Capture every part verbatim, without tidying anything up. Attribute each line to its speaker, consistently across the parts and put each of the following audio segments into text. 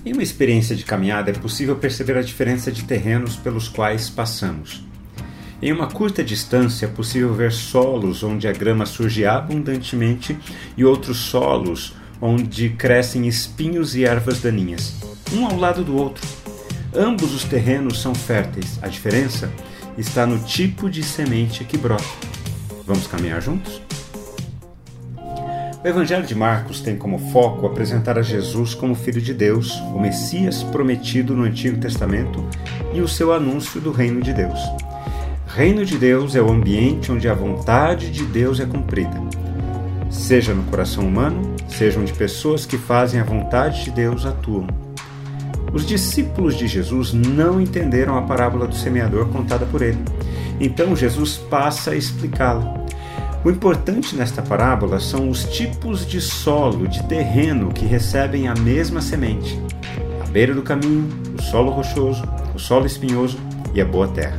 Speaker 1: Em uma experiência de caminhada é possível perceber a diferença de terrenos pelos quais passamos. Em uma curta distância é possível ver solos onde a grama surge abundantemente e outros solos onde crescem espinhos e ervas daninhas, um ao lado do outro. Ambos os terrenos são férteis, a diferença está no tipo de semente que brota. Vamos caminhar juntos? O Evangelho de Marcos tem como foco apresentar a Jesus como Filho de Deus, o Messias prometido no Antigo Testamento e o seu anúncio do Reino de Deus. Reino de Deus é o ambiente onde a vontade de Deus é cumprida, seja no coração humano, seja onde pessoas que fazem a vontade de Deus atuam. Os discípulos de Jesus não entenderam a parábola do semeador contada por ele, então Jesus passa a explicá-la. O importante nesta parábola são os tipos de solo, de terreno que recebem a mesma semente: a beira do caminho, o solo rochoso, o solo espinhoso e a boa terra.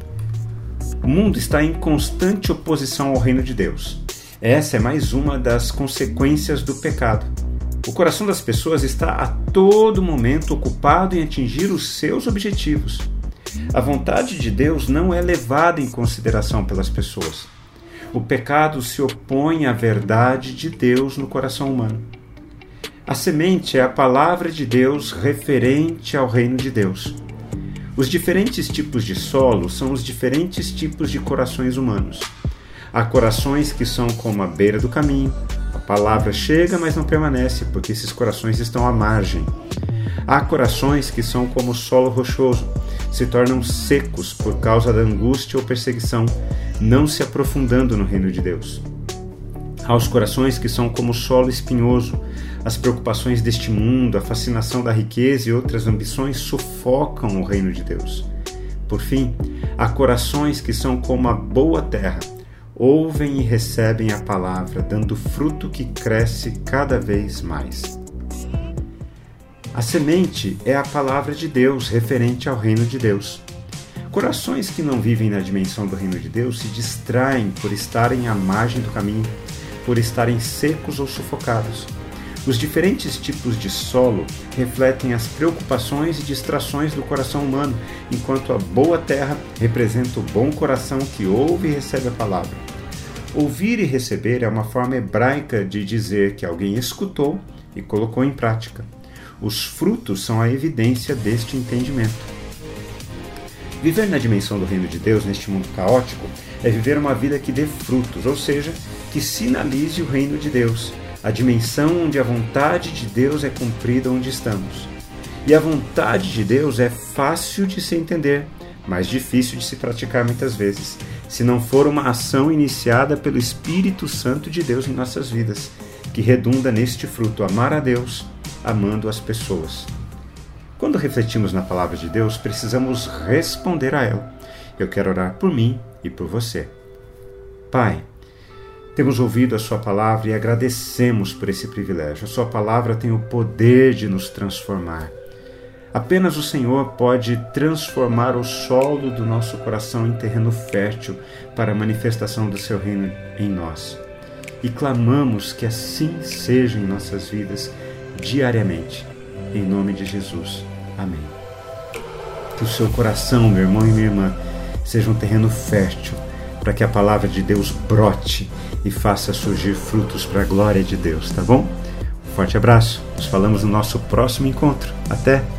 Speaker 1: O mundo está em constante oposição ao reino de Deus. Essa é mais uma das consequências do pecado. O coração das pessoas está a todo momento ocupado em atingir os seus objetivos. A vontade de Deus não é levada em consideração pelas pessoas. O pecado se opõe à verdade de Deus no coração humano. A semente é a palavra de Deus referente ao reino de Deus. Os diferentes tipos de solo são os diferentes tipos de corações humanos. Há corações que são como a beira do caminho. A palavra chega, mas não permanece, porque esses corações estão à margem. Há corações que são como o solo rochoso, se tornam secos por causa da angústia ou perseguição, não se aprofundando no reino de Deus. Há os corações que são como o solo espinhoso. As preocupações deste mundo, a fascinação da riqueza e outras ambições sufocam o reino de Deus. Por fim, há corações que são como a boa terra. Ouvem e recebem a palavra, dando fruto que cresce cada vez mais. A semente é a palavra de Deus referente ao reino de Deus. Corações que não vivem na dimensão do reino de Deus se distraem por estarem à margem do caminho, por estarem secos ou sufocados. Os diferentes tipos de solo refletem as preocupações e distrações do coração humano, enquanto a boa terra representa o bom coração que ouve e recebe a palavra. Ouvir e receber é uma forma hebraica de dizer que alguém escutou e colocou em prática. Os frutos são a evidência deste entendimento. Viver na dimensão do reino de Deus, neste mundo caótico, é viver uma vida que dê frutos, ou seja, que sinalize o reino de Deus, a dimensão onde a vontade de Deus é cumprida onde estamos. E a vontade de Deus é fácil de se entender, mas difícil de se praticar muitas vezes, se não for uma ação iniciada pelo Espírito Santo de Deus em nossas vidas, que redunda neste fruto: amar a Deus, amando as pessoas. Quando refletimos na palavra de Deus, precisamos responder a ela. Eu quero orar por mim e por você. Pai, temos ouvido a sua palavra e agradecemos por esse privilégio. A sua palavra tem o poder de nos transformar. Apenas o Senhor pode transformar o solo do nosso coração em terreno fértil para a manifestação do seu reino em nós. E clamamos que assim seja em nossas vidas diariamente. Em nome de Jesus. Amém. Que o seu coração, meu irmão e minha irmã, seja um terreno fértil para que a palavra de Deus brote e faça surgir frutos para a glória de Deus, tá bom? Um forte abraço. Nos falamos no nosso próximo encontro. Até!